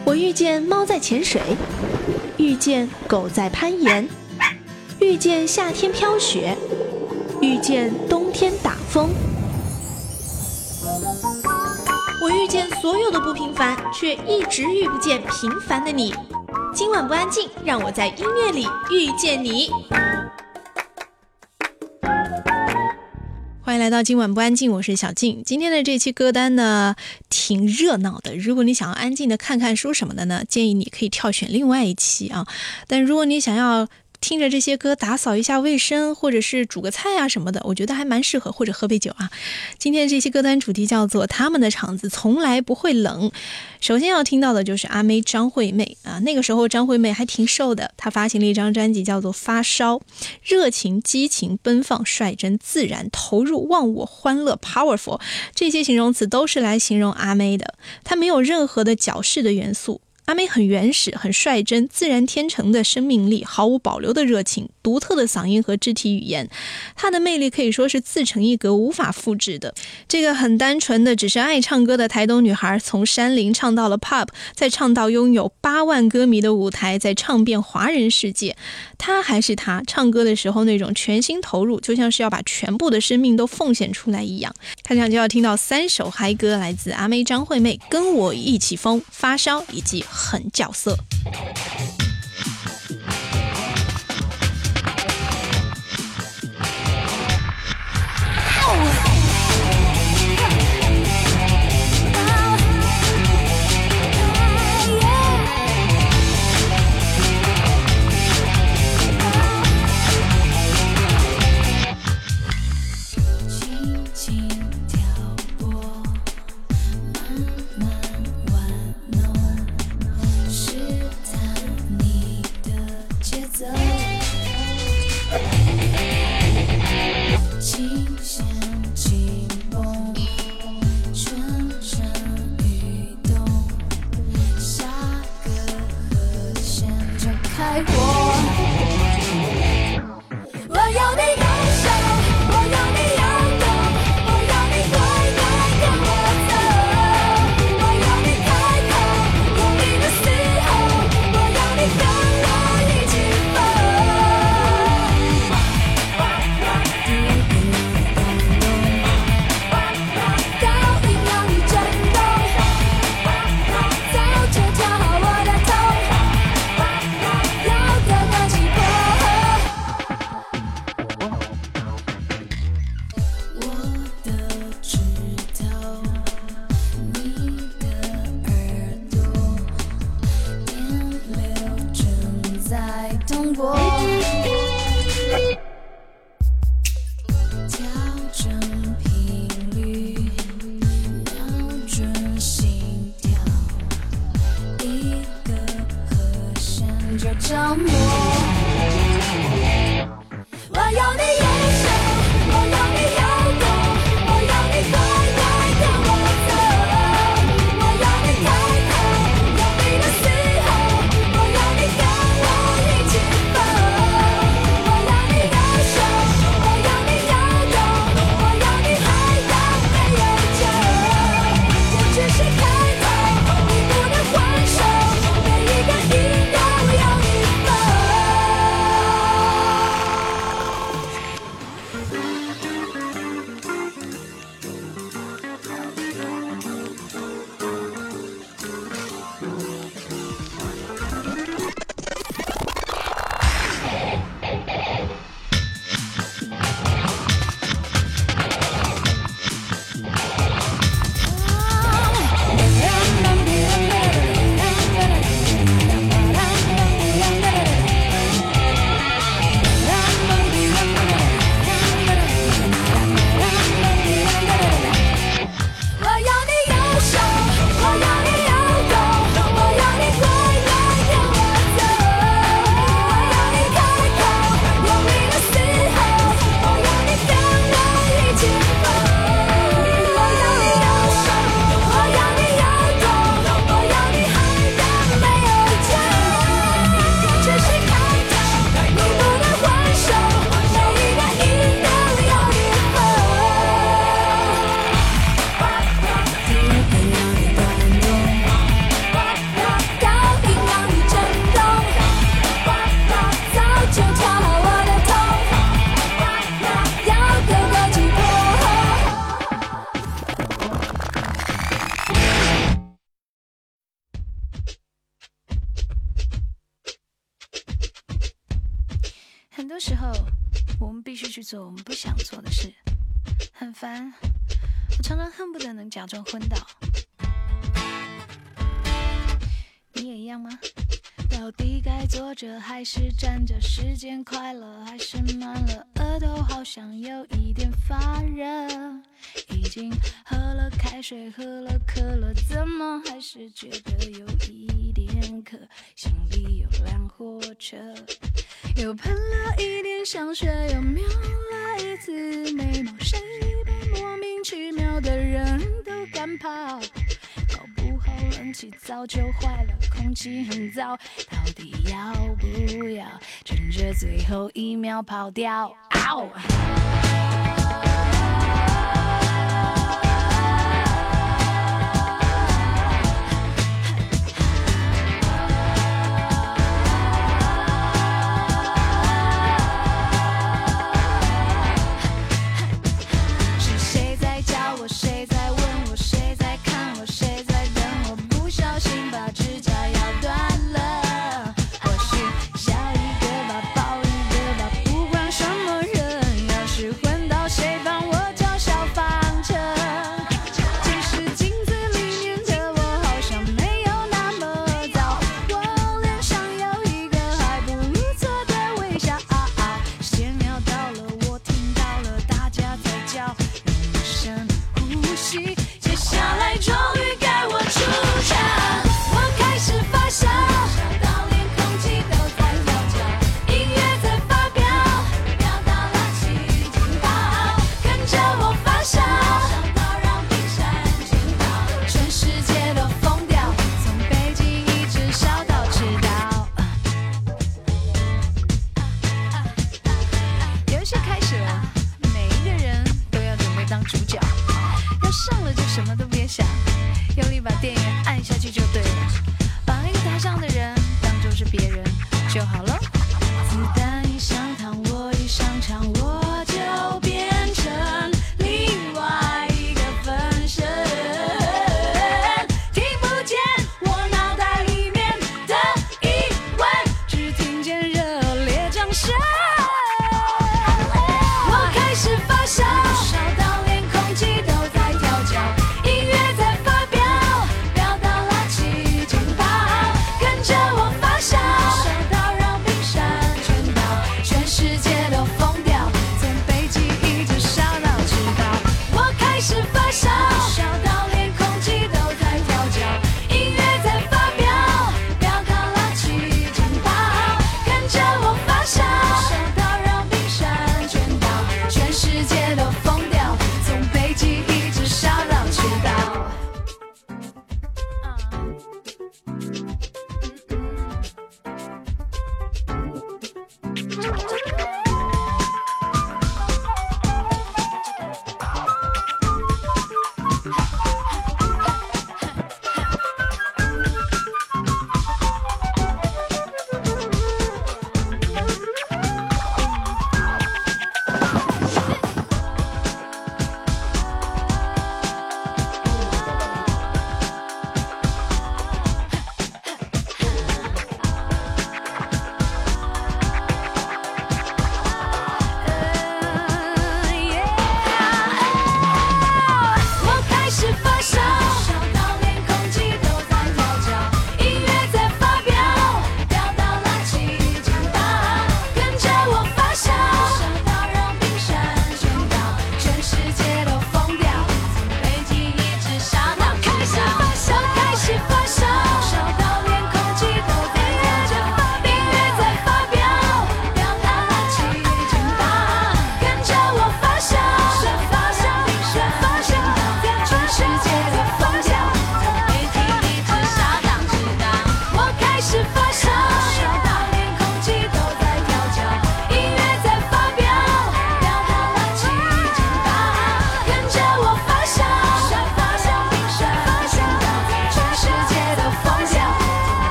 我遇见猫在潜水，遇见狗在攀岩，遇见夏天飘雪，遇见冬天打风。我遇见所有的不平凡，却一直遇不见平凡的你。今晚不安静，让我在音乐里遇见你。欢迎来到今晚不安静，我是小静。今天的这期歌单呢挺热闹的，如果你想要安静的看看书什么的呢，建议你可以挑选另外一期啊。但如果你想要听着这些歌打扫一下卫生，或者是煮个菜啊什么的，我觉得还蛮适合，或者喝杯酒啊。今天这期歌单主题叫做他们的场子从来不会冷。首先要听到的就是阿妹张惠妹啊，那个时候张惠妹还挺瘦的，她发行了一张专辑叫做发烧，热情、激情、奔放、率真、自然、投入、忘我、欢乐、powerful， 这些形容词都是来形容阿妹的。她没有任何的矫饰的元素，阿妹很原始、很率真、自然天成的生命力，毫无保留的热情，独特的嗓音和肢体语言，她的魅力可以说是自成一格，无法复制的。这个很单纯的只是爱唱歌的台东女孩，从山林唱到了 pub， 再唱到拥有8万歌迷的舞台，再唱遍华人世界。她还是她，唱歌的时候那种全心投入，就像是要把全部的生命都奉献出来一样。开场就要听到3首嗨歌，来自阿妹张惠妹，跟我一起疯、发烧以及很角色。 每一个音都有你分。 多时候我们必须去做我们不想做的事，很烦，我常常恨不得能假装昏倒。你也一样吗？到底该坐着还是站着？时间快了还是慢了？额头好像有一点发热，已经喝了开水，喝了可乐，怎么还是觉得有一点渴？心里有辆火车，又喷了一点香水，又瞄了一次眉毛，谁被莫名其妙的人都赶跑？搞不好冷气早就坏了，空气很糟，到底要不要趁着最后一秒跑掉？是谁在叫我？谁在问我？谁在看我？谁在等我？不小心把指甲咬断了，或许笑一个吧，抱一个吧，不管什么人，要是会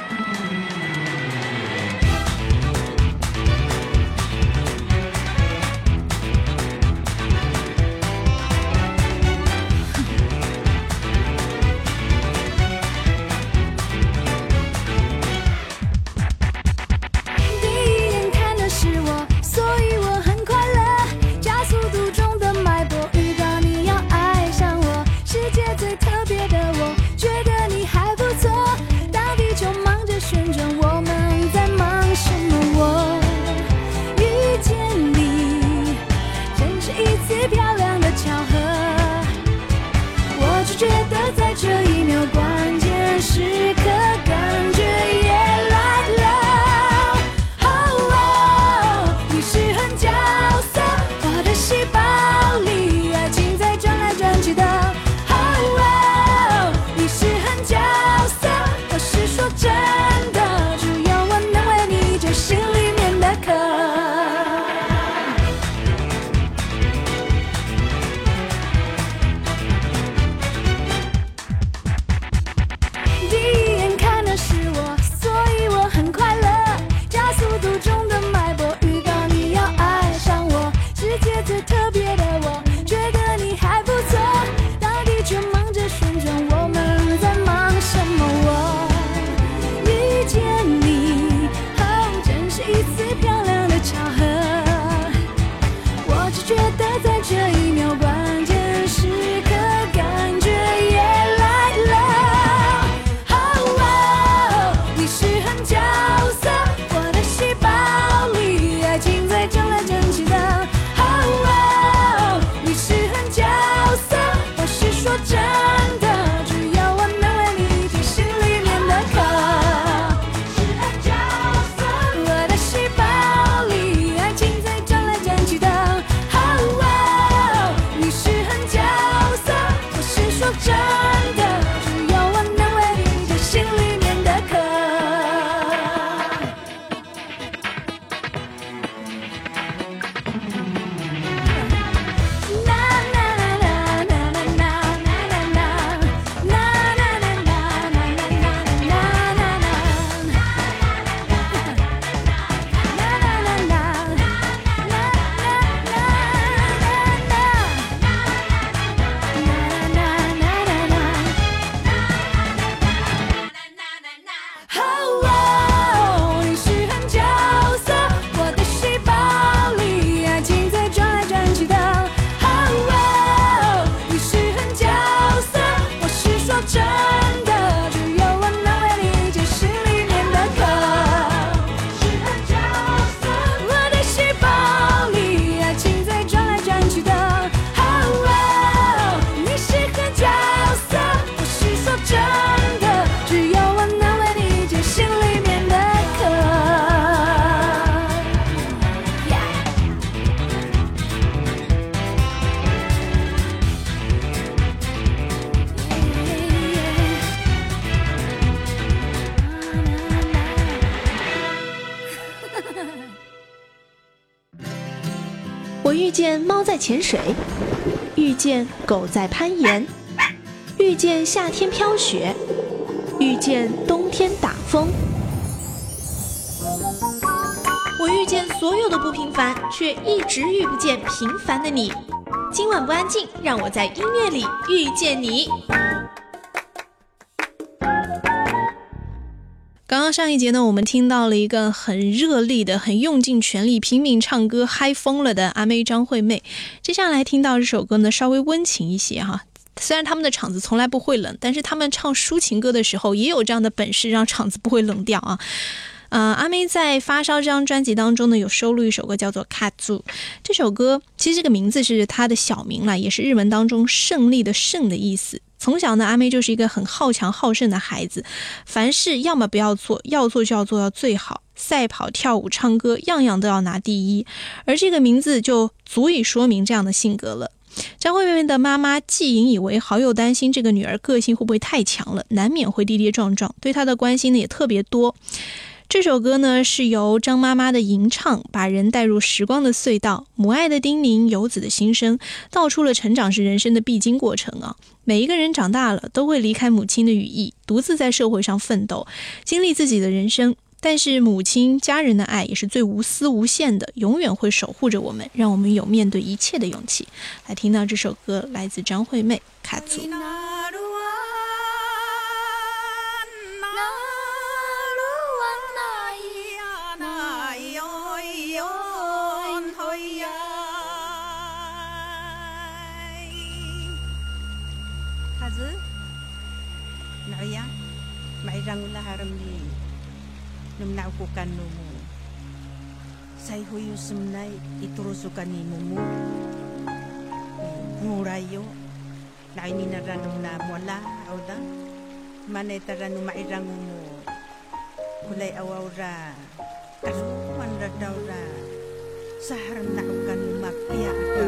我遇见猫在潜水，遇见狗在攀岩，遇见夏天飘雪，遇见冬天打风。我遇见所有的不平凡，却一直遇不见平凡的你。今晚不安静，让我在音乐里遇见你。刚刚上一节呢，我们听到了一个很热力的、很用尽全力、拼命唱歌、嗨疯了的阿妹张惠妹。接下来听到这首歌呢，稍微温情一些哈。虽然他们的场子从来不会冷，但是他们唱抒情歌的时候也有这样的本事，让场子不会冷掉啊。阿妹在发烧这张专辑当中呢，有收录一首歌叫做《卡祖》。这首歌其实这个名字是她的小名啦，也是日文当中胜利的胜的意思。从小呢，阿妹就是一个很好强好胜的孩子，凡事要么不要做，要做就要做到最好，赛跑、跳舞、唱歌，样样都要拿第一。而这个名字就足以说明这样的性格了。张惠妹的妈妈既引以为豪，又担心这个女儿个性会不会太强了，难免会跌跌撞撞，对她的关心呢也特别多。 这首歌呢是由张妈妈的吟唱，把人带入时光的隧道，母爱的叮咛，游子的心声，道出了成长是人生的必经过程啊。每一个人长大了都会离开母亲的羽翼，独自在社会上奋斗，经历自己的人生。但是母亲家人的爱也是最无私无限的，永远会守护着我们，让我们有面对一切的勇气。来听到这首歌，来自张惠妹，卡祖。 Namnaukukan mo say huyusum na iturusukan ni mumu ngurayo na ininaranom na mola auda manetaran mairang mo kulay awawra karuman radawra saharan na ukan makya ikaw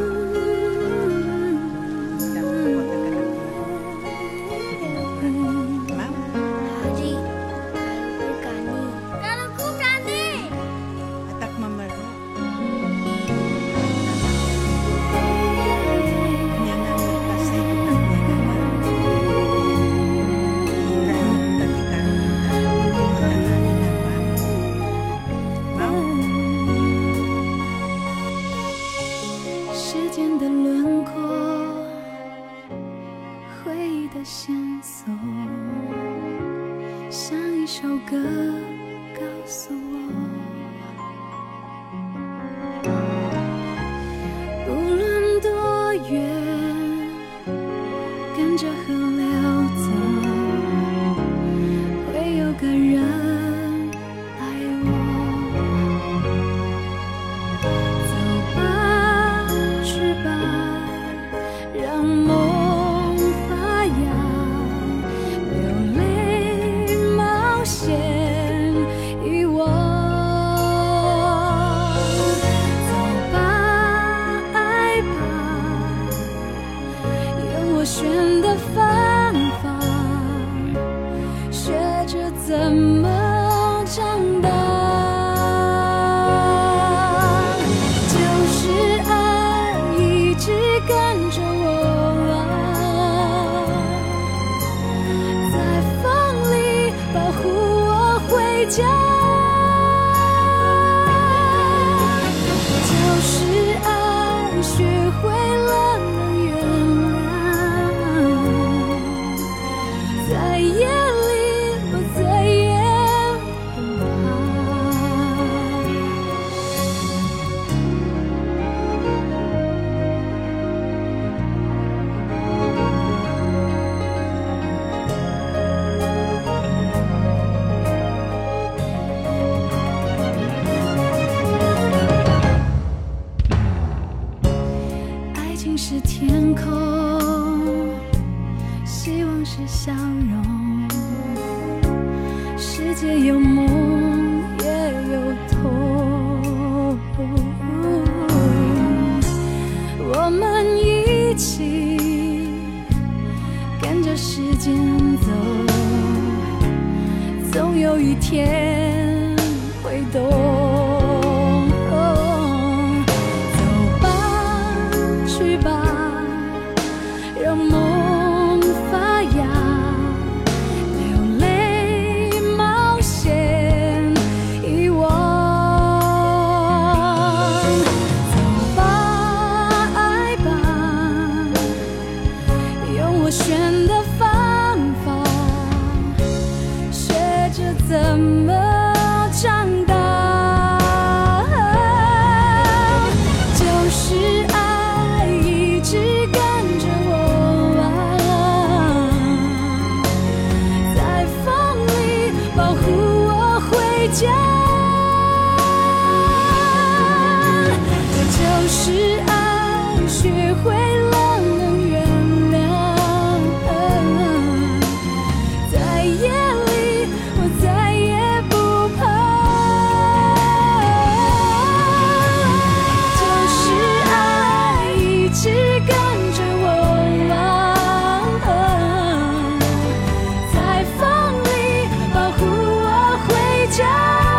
家。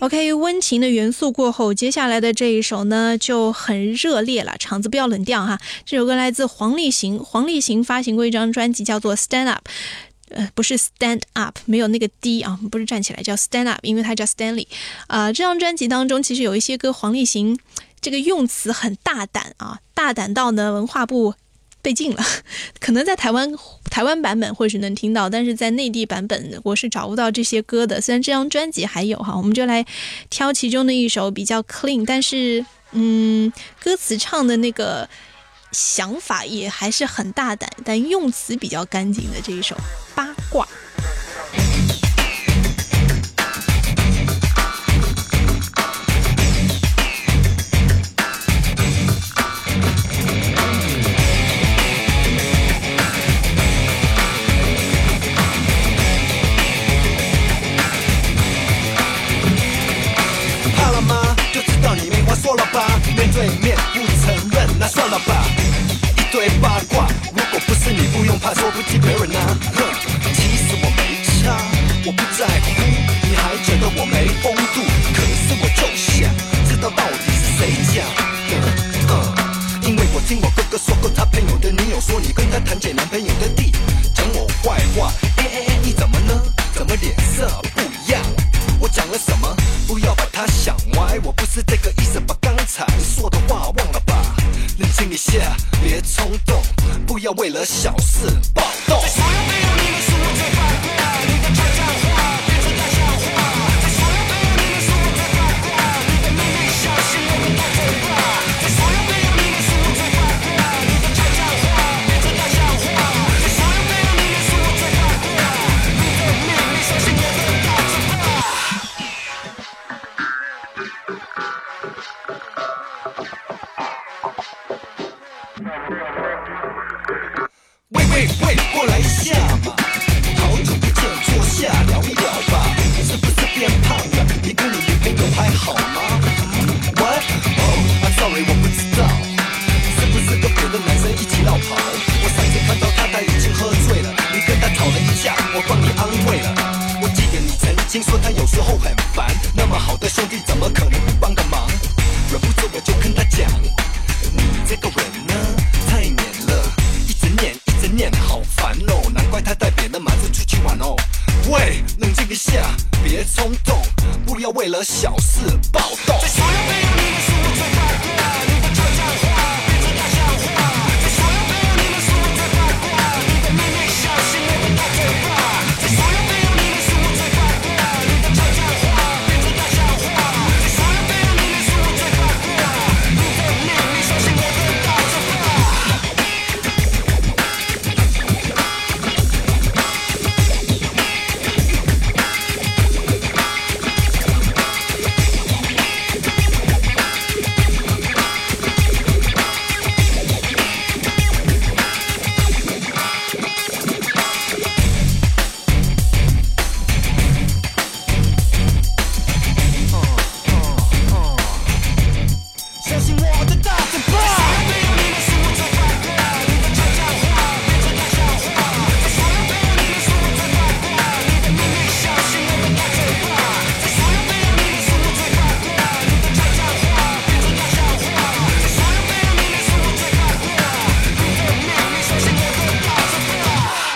OK， 温情的元素过后，接下来的这一首呢就很热烈了，场子不要冷掉哈。这首歌来自黄立行，黄立行发行过一张专辑叫做 Stand Up， 不是 Stand Up， 没有那个 D 啊，不是站起来，叫 Stand Up， 因为它叫 Stanley。这张专辑当中其实有一些歌黄立行这个用词很大胆啊，大胆到呢文化部被禁了，可能在台湾版本或许能听到，但是在内地版本我是找不到这些歌的。虽然这张专辑还有哈，我们就来挑其中的一首比较 clean， 但是歌词唱的那个想法也还是很大胆，但用词比较干净的这一首《八卦》。 说了吧，面对面不承认，那算了吧。一堆八卦，如果不是你，不用怕说不及别人啊。其实我没差，我不在乎，你还觉得我没风度，可是我就想知道到底是谁讲。因为我听我哥哥说过，他朋友的女友说你跟他谈姐男朋友的弟，讲我坏话。你怎么了？怎么脸色不一样？我讲了什么？不要把它想歪，我不是这个意思，把刚才说的话忘了吧。冷静一下，别冲动，不要为了小事暴动。在所有没有你的是我最八卦，你的悄悄话变成大笑话。在所有没有你的是我最八卦，你的秘密小心我的大嘴巴。在所有没有你的是我最八卦，你的悄悄话变成大笑话。在所有没有你的是我最八卦，你的秘密小心我的大嘴巴。喂，过来一下嘛，好久不见，坐下聊一聊吧。是不是变胖了？你跟你女朋友还好吗？What? Oh, I'm sorry， 我不知道，是不是跟别的男生一起绕跑？我上次看到他已经喝醉了，你跟他吵了一架，我帮你安慰了。我记得你曾经说他有时候很烦，那么好的兄弟怎么可能不帮个忙？忍不住我就跟他讲，你这个人呢太黏了，一直念好烦哦，难怪他带别人瞒着出去玩哦。喂，冷静一下，别冲动，不要为了小事暴动。在所有没有你的是我最八卦，你的悄悄话变成大笑话。在所有没有你的是我最八卦，你的秘密小心我的大嘴巴。在所有没有你的是我最八卦，你的悄悄话变成大笑话。在所有没有你的是我最八卦，你的秘密小心我的大嘴巴。相信我的大嘴巴。没有你的是我最八卦，你的悄悄话变成大笑话。在所有没有你的是我最八卦，你的秘密小心我的大嘴巴。在所有没有你的是我最八卦，你的悄悄话变成大笑话。在所有没有你的是我最八卦，你的秘密小心我的大嘴巴。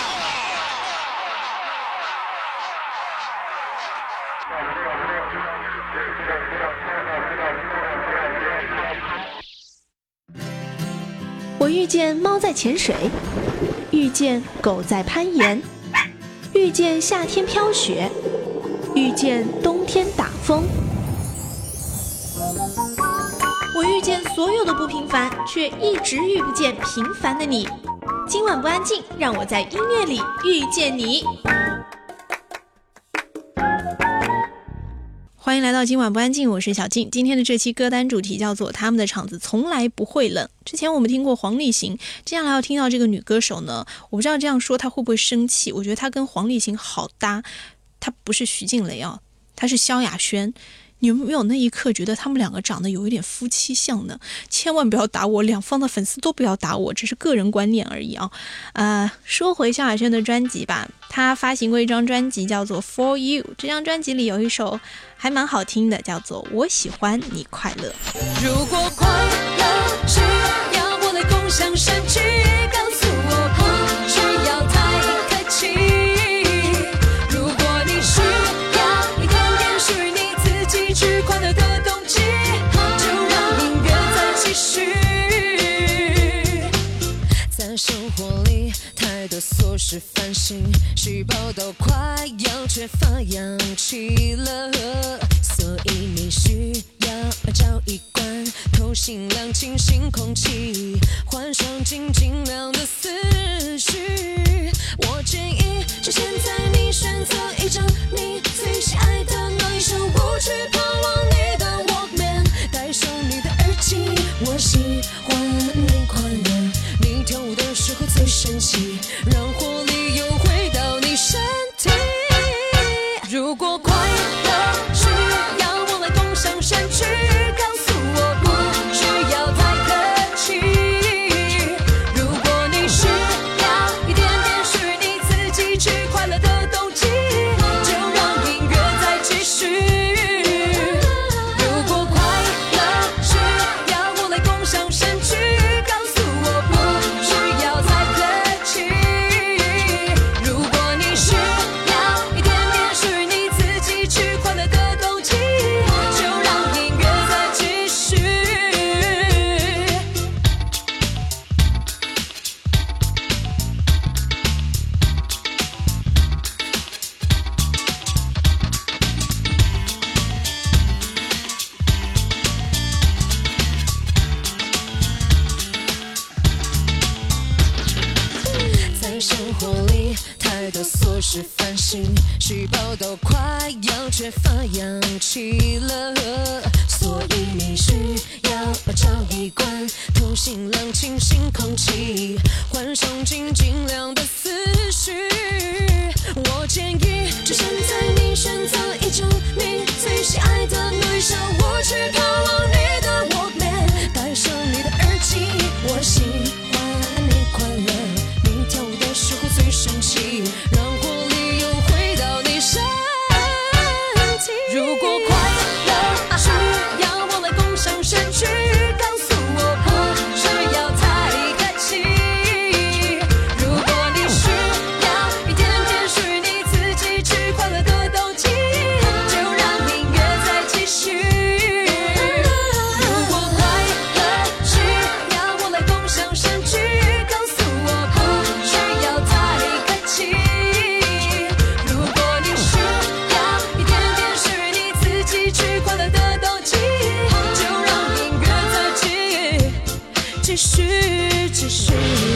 我遇见猫在潜水，遇见狗在攀岩，遇见夏天飘雪，遇见冬天打风。我遇见所有的不平凡，却一直遇不见平凡的你。今晚不安静，让我在音乐里遇见你。欢迎来到今晚不安静，我是小静。今天的这期歌单主题叫做他们的场子从来不会冷。之前我们听过黄立行，接下来要听到这个女歌手呢，我不知道这样说她会不会生气。我觉得她跟黄立行好搭，她不是徐静蕾啊，她是萧亚轩。 你有没有那一刻觉得他们两个长得有一点夫妻相呢？千万不要打我，两方的粉丝都不要打我，只是个人观念而已啊。说回萧亚轩的专辑吧，他发行过一张专辑叫做 For You， 这张专辑里有一首还蛮好听的，叫做我喜欢你快乐。 如果快乐需要我来共享盛举，告诉我不需要太客气。如果你需要一点点属于你自己去快乐的动机，就让音乐再继续。在生活里太多琐事烦心，细胞都快要缺乏氧气了，所以你需要找一罐透心凉清新空气，换上静静亮的思绪。我建议就现在你选择一张你最喜爱的那一首舞曲，抛往你的 Walkman， 戴上你的耳机，我喜欢你快乐，你跳舞的时候最神奇，让活力又回到你身体。如果快乐需要我来共享盛举，告诉我不需要太客气。如果你需要一点点属于你自己去快乐的动机，就让音乐再继续。如果快乐需要我来共享盛举，告诉我不需要太客气。如果你需要一点点属于你自己去快乐的动机，就让音乐再继续。在生活里太多琐事烦心，细胞都快要缺乏氧气了，所以你需要找一罐透心凉清新空气，换上静静亮的思绪。我建议就现在你选择一张你最喜爱的那一首舞曲，抛往你的 Walkman， 戴上你的耳机，我喜欢你快乐，你跳舞的时候最神奇，让活力又回到你身体。如果快乐需要我来共享盛举，告诉我不需要太客气。如果你需要一点点属于你自己去快乐的动机，就让音乐再继续。如果快乐需要我来共享盛举，告诉我不需要太客气。如果你需要一点点属于你自己去快乐的动机，就让音乐再继续。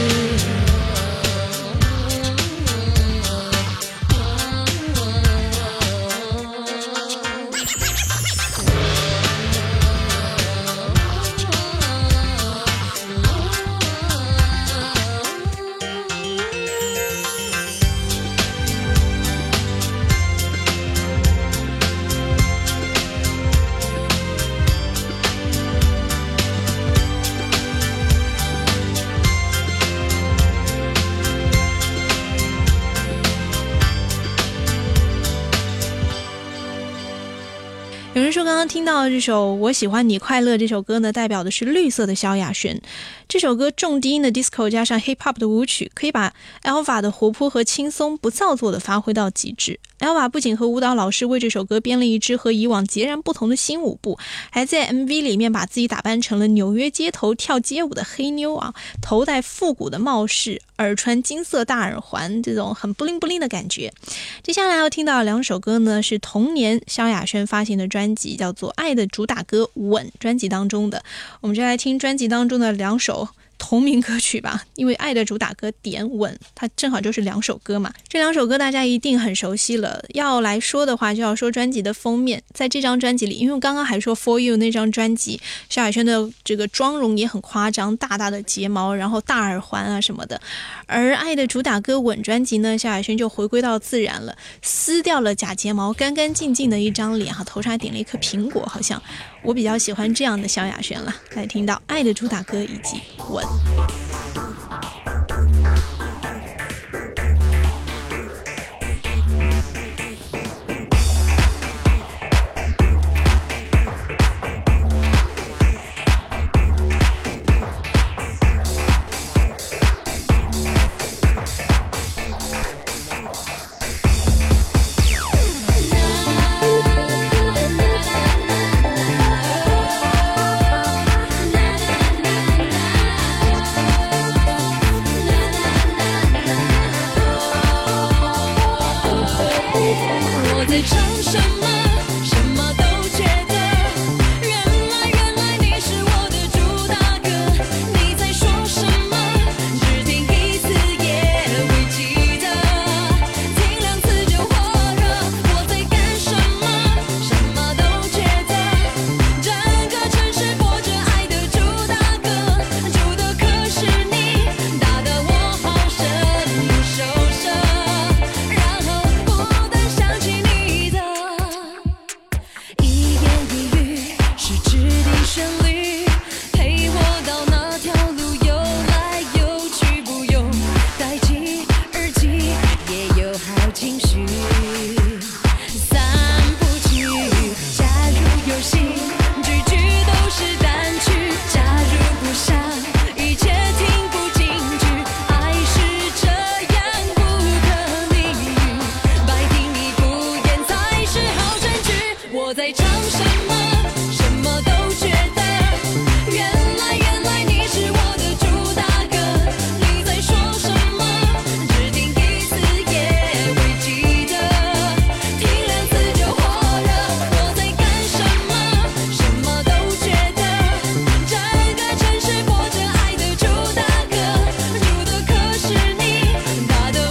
有人说刚刚听到的这首我喜欢你快乐这首歌呢，代表的是绿色的萧亚轩。这首歌重低音的 disco 加上 hip hop 的舞曲，可以把 Elva 的活泼和轻松不造作的发挥到极致。Elva 不仅和舞蹈老师为这首歌编了一支和以往截然不同的新舞步，还在 MV 里面把自己打扮成了纽约街头跳街舞的黑妞啊，头戴复古的帽饰，耳穿金色大耳环，这种很 bling bling 的感觉。接下来要听到的两首歌呢，是同年萧亚轩发行的专辑，叫做《爱的主打歌吻》专辑当中的。我们就来听专辑当中的两首同名歌曲吧，因为《爱的主打歌》点吻，它正好就是2首歌嘛。这2首歌大家一定很熟悉了。要来说的话，就要说专辑的封面。在这张专辑里，因为我刚刚还说 For You 那张专辑，萧亚轩的这个妆容也很夸张，大大的睫毛，然后大耳环啊什么的。而《爱的主打歌》吻专辑呢，萧亚轩就回归到自然了，撕掉了假睫毛，干干净净的一张脸，头上还顶了一颗苹果，好像我比较喜欢这样的萧亚轩了。来听到《爱的主打歌》以及吻。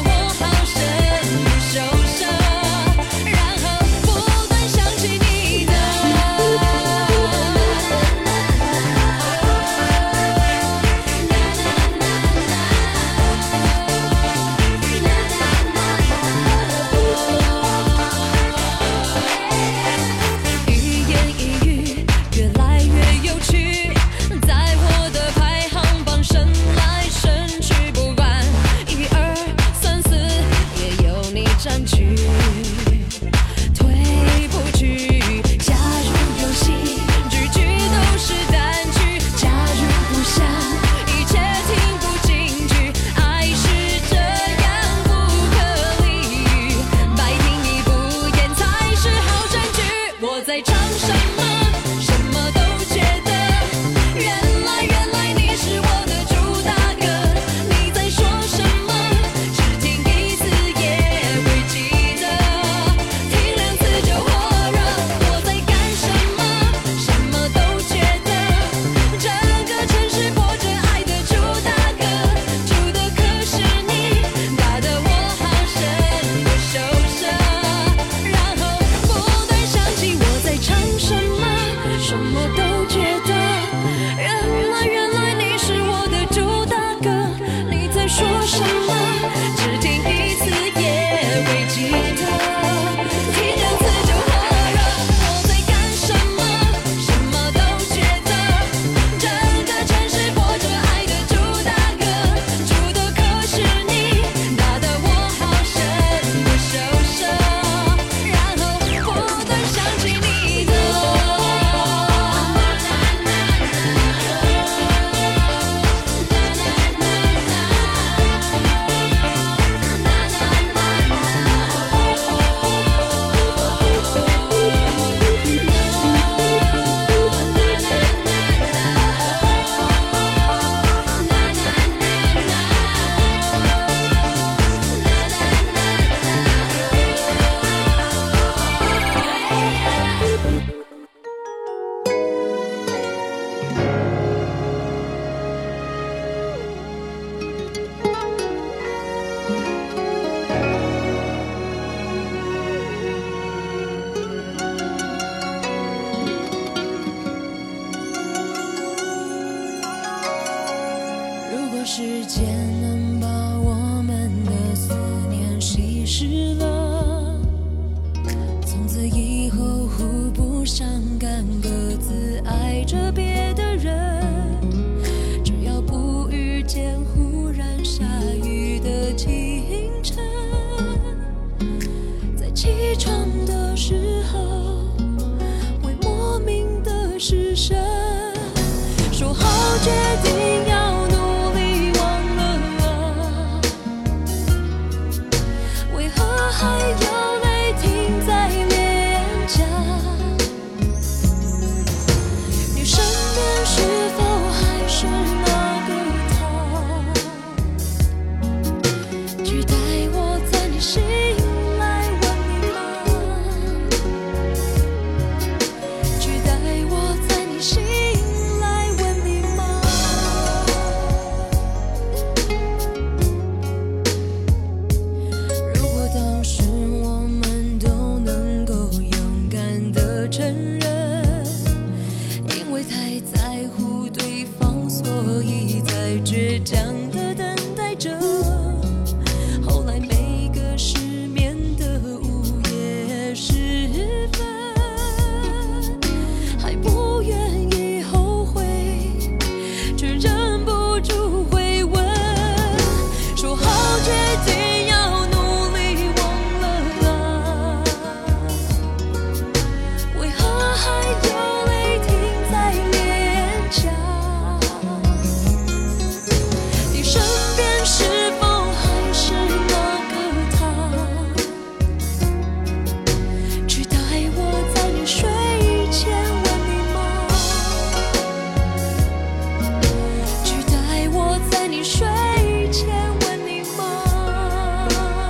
你的间能把我们的思念稀释了，从此以后互不相干，各自爱着别的人。只要不遇见忽然下雨的清晨，在起床的时候会莫名的失神，说好决定要努力忘了，为何还有泪停在脸颊？你身边是否还是那个他，期待我在你心来问你吗？期待我在你心来问你吗？如果当时我们都能够勇敢地承认，因为太在乎对方，所以才倔强地等待着。后来每个失眠的午夜时分，还不愿意后悔，却忍不住会问，说好决定要努力忘了啊，为何还有泪停在脸颊？你身边是否还是那个他，期待我在你睡前问你吗？期待我在你睡前问你吗？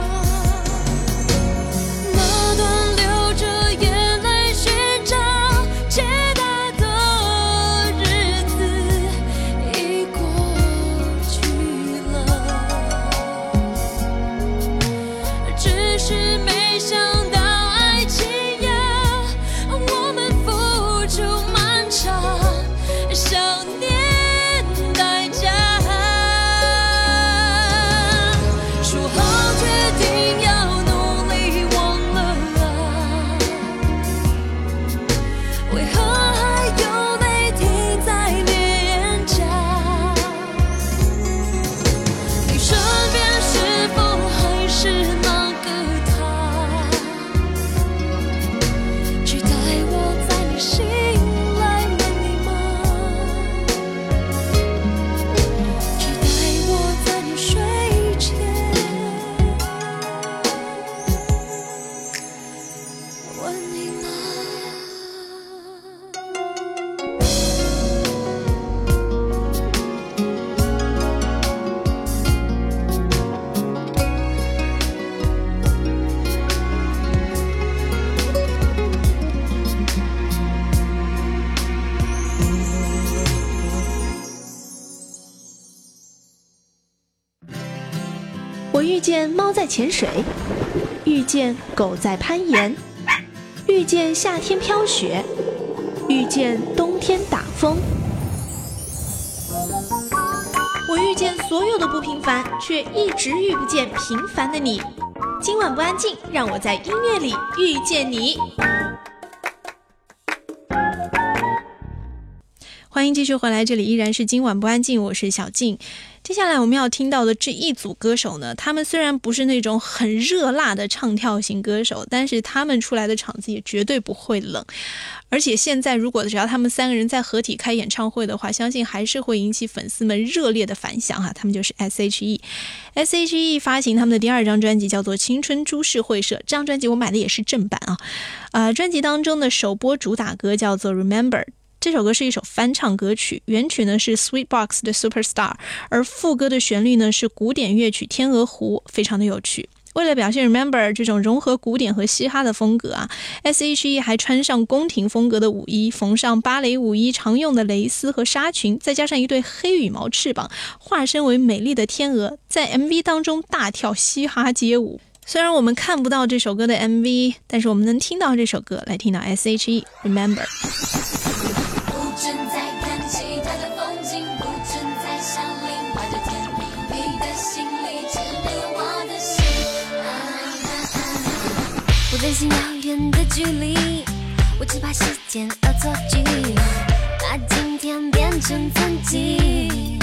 那段流着眼泪寻找解答的日子已过去了，只是没想到爱情要我们付出漫长想念代价。说好决定要努力忘了啊，为何还有泪停在脸颊？你身边是否还是那个他，期待我在你心来问你吗？期待我在你睡前问你吗？ 我遇见猫在潜水，遇见狗在攀岩，遇见夏天飘雪，遇见冬天打风。我遇见所有的不平凡，却一直遇不见平凡的你。今晚不安静，让我在音乐里遇见你。欢迎继续回来，这里依然是今晚不安静，我是小静。接下来我们要听到的这一组歌手呢，他们虽然不是那种很热辣的唱跳型歌手，但是他们出来的场子也绝对不会冷。而且现在如果只要他们三个人在合体开演唱会的话，相信还是会引起粉丝们热烈的反响哈。他们就是 S.H.E。S.H.E 发行他们的第2张专辑叫做《青春株式会社》，这张专辑我买的也是正版啊。专辑当中的首播主打歌叫做 Remember。这首歌是一首翻唱歌曲，原曲呢是 Sweetbox 的 Superstar， 而副歌的旋律呢是古典乐曲《天鹅湖》，非常的有趣。为了表现 Remember 这种融合古典和嘻哈的风格啊 ，S.H.E 还穿上宫廷风格的舞衣，缝上芭蕾舞衣常用的蕾丝和纱裙，再加上一对黑羽毛翅膀，化身为美丽的天鹅，在 MV 当中大跳嘻哈街舞。虽然我们看不到这首歌的 MV， 但是我们能听到这首歌，来听到 S.H.E Remember。 不正在看其他的风景，不正在想另外的甜蜜蜜， 人行遥远的距离，我只怕时间恶作剧，把今天变成曾经。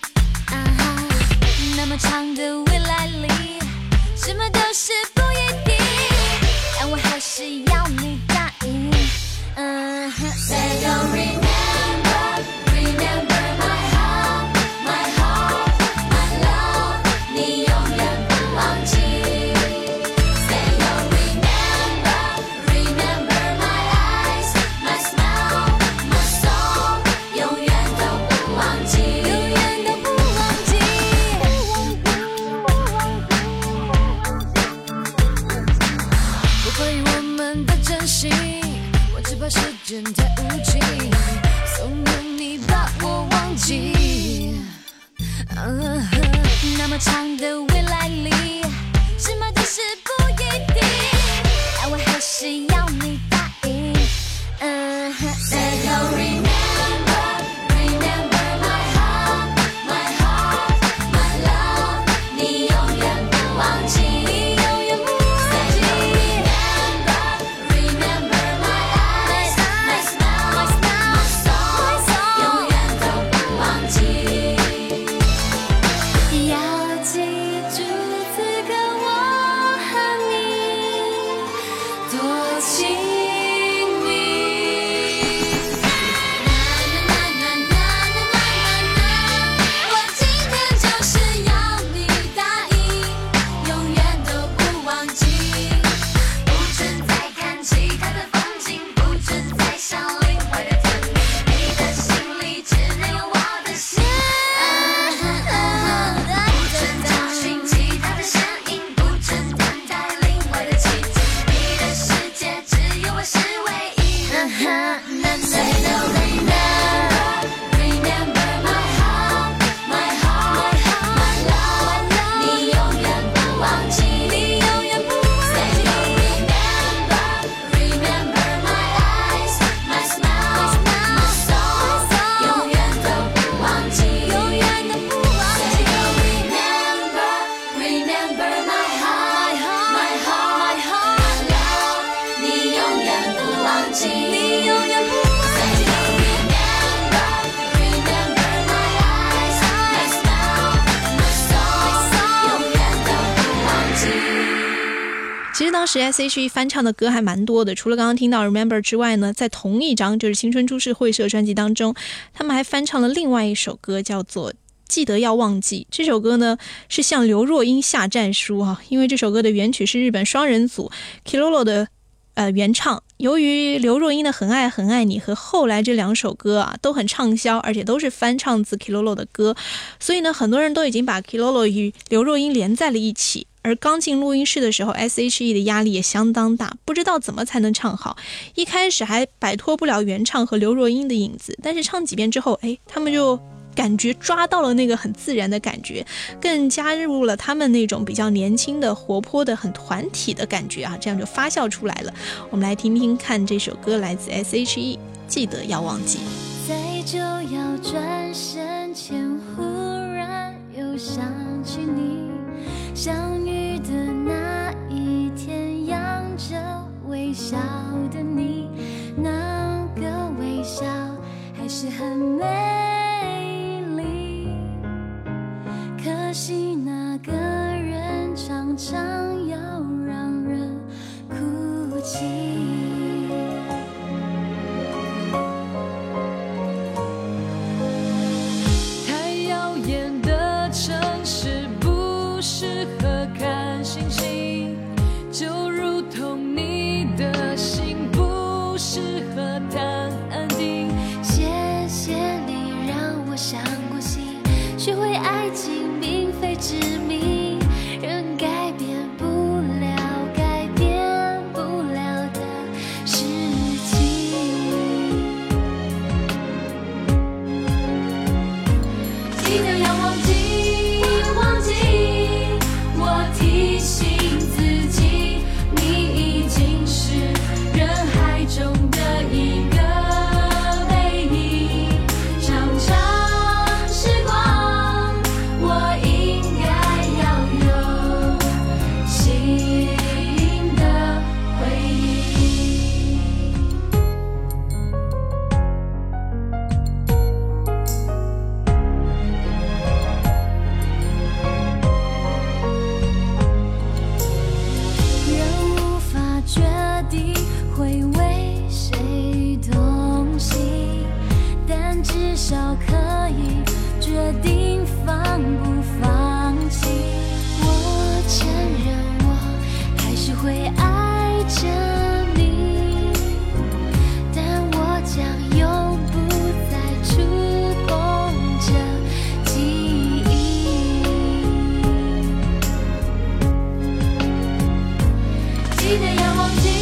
那么长的未来里，什么都是不一定，但我还是要你答应。Say don't remember, remember my heart, my heart, my love， 你永远不忘记。Say don't remember, remember my eyes, my smile, my soul， 永远都不忘记，永远都不忘记。不怀疑我们的真心，我只怕时间太无情，怂恿你把我忘记。那么长的未来里，什么都是不一定，但我还是要你答应。Say don't remember, remember my heart, my heart, my love， 你永远不忘记，你永远不忘记。Say don't remember, remember my eyes, my smile, my soul， 永远都不忘记。要记住此刻我和你多亲密。我今天就是要你答应，永远都不忘记，不准再看其他的风景，不准再想另外的甜蜜，你的心里只能有我的心。不准找寻其他的身影，不准等待另外的奇迹，你的世界只有我是唯一。Say don't remember, remember my heart, my heart, my love， 你永远不忘记，你永远不忘记。Say don't remember, remember my eyes, my smile, my soul， 永远都不忘记，永远都不忘记。Say don't remember, remember my heart, my heart, my love， 你永远不忘记，你永远不忘记。Say don't remember, remember my eyes, my smile, my soul， 永远都不忘记。 其实当时 S.H.E 翻唱的歌还蛮多的，除了刚刚听到 Remember 之外呢，在同一张就是青春株式会社专辑当中，他们还翻唱了另外一首歌，叫做记得要忘记。这首歌呢是向刘若英下战书啊，因为这首歌的原曲是日本双人组 Kilolo 的原唱。由于刘若英的很爱很爱你和后来这两首歌啊都很畅销，而且都是翻唱自 Kilolo 的歌，所以呢很多人都已经把 Kilolo 与刘若英连在了一起。而刚进录音室的时候 S.H.E 的压力也相当大，不知道怎么才能唱好，一开始还摆脱不了原唱和刘若英的影子，但是唱几遍之后他们就感觉抓到了那个很自然的感觉，更加入了他们那种比较年轻的活泼的很团体的感觉啊，这样就发酵出来了。我们来听听看这首歌，来自 S.H.E 记得要忘记。 在就要转身前，忽然又想起你，相遇的那一天，扬着微笑的你，那个微笑还是很美丽，可惜那个人常常要让人哭泣。太耀眼的城市不适合看星星，就如同你的心不适合谈安定。谢谢你让我相过心，学会爱情并非少可以决定放不放弃。我承认我还是会爱着你，但我将永不再触碰这记忆。记得要忘记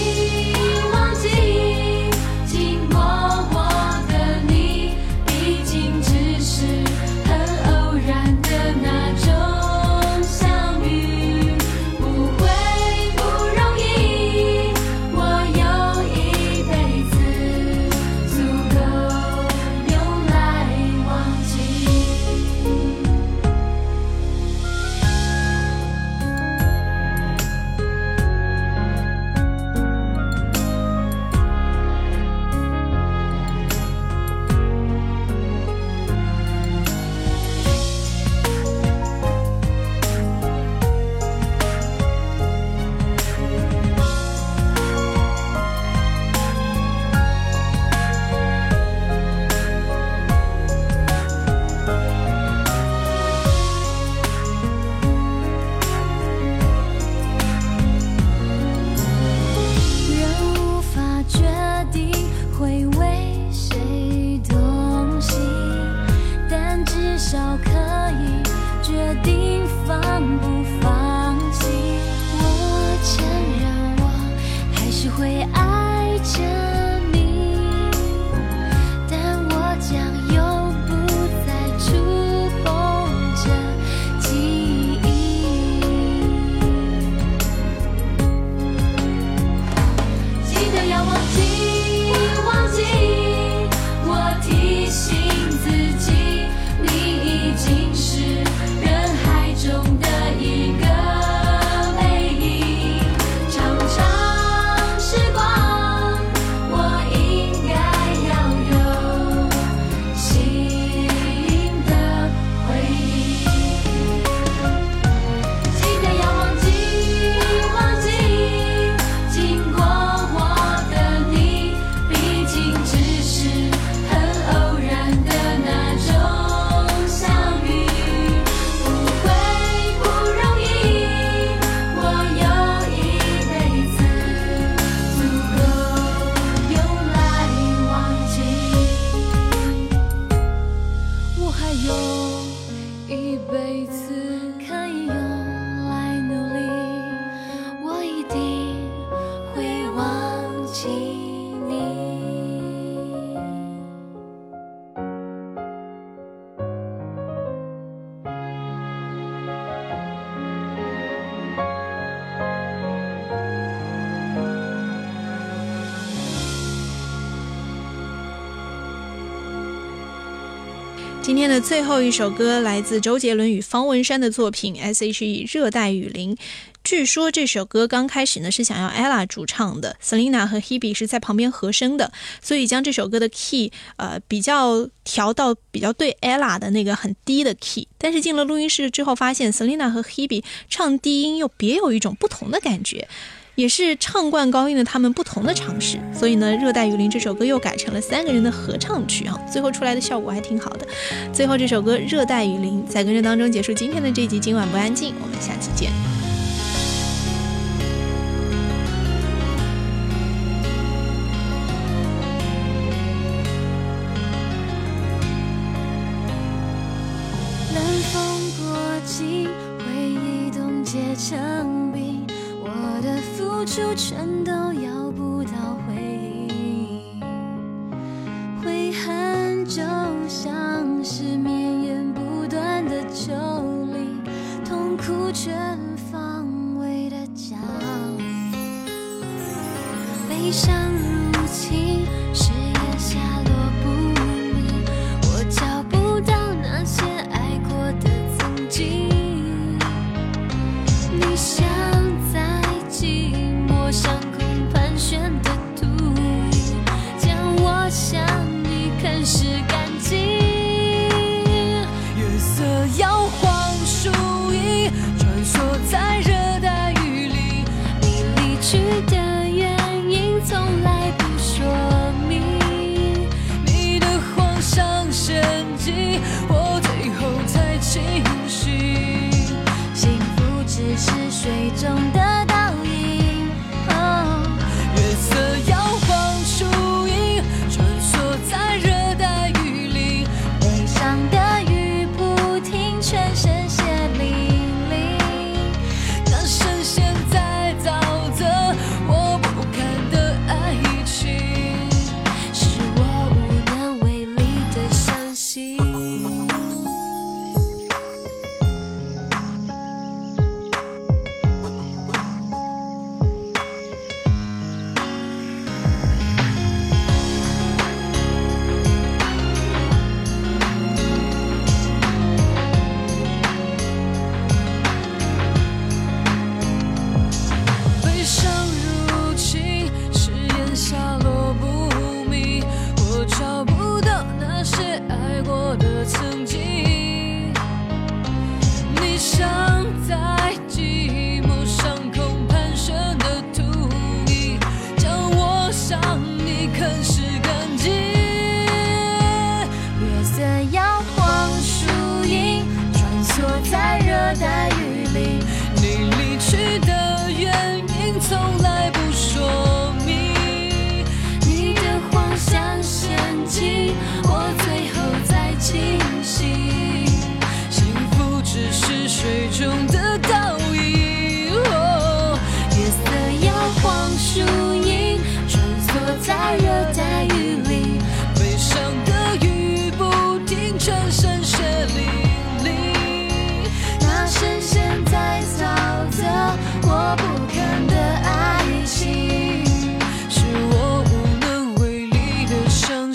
经过我的你，毕竟只是很偶然的那种相遇，不会不容易，我有一辈子足够用来忘记。 今天的最后一首歌来自周杰伦与方文山的作品 S.H.E 热带雨林。据说这首歌刚开始呢是想要 Ella 主唱的， Selina 和 Hebe 是在旁边和声的，所以将这首歌的 key 比较调到比较对 Ella 的那个很低的 key。 但是进了录音室之后发现 Selina 和 Hebe 唱低音又别有一种不同的感觉，也是唱惯高音的他们不同的尝试，所以呢热带雨林这首歌又改成了3个人的合唱曲啊，最后出来的效果还挺好的。最后这首歌热带雨林在跟着当中结束今天的这集今晚不安静，我们下期见。 冷风过境，回忆冻结成冰，我的付出全都要不到回应，悔恨就像是绵延不断的丘陵，痛苦全方位的降临，悲伤入侵，誓言下落不明，我找不到那些爱过的曾经，你像在寂寞上空盘旋的秃鹰，将我向你啃食干净，月色摇晃树影，穿梭在热带雨林，你离去的原因从来不说明，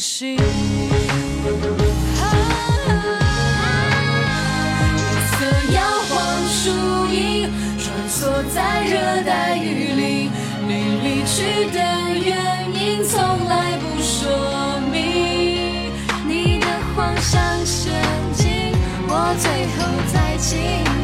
心。夜色摇晃树影，穿梭在热带雨林，你离去的原因从来不说明，你的谎像陷阱，我最后才清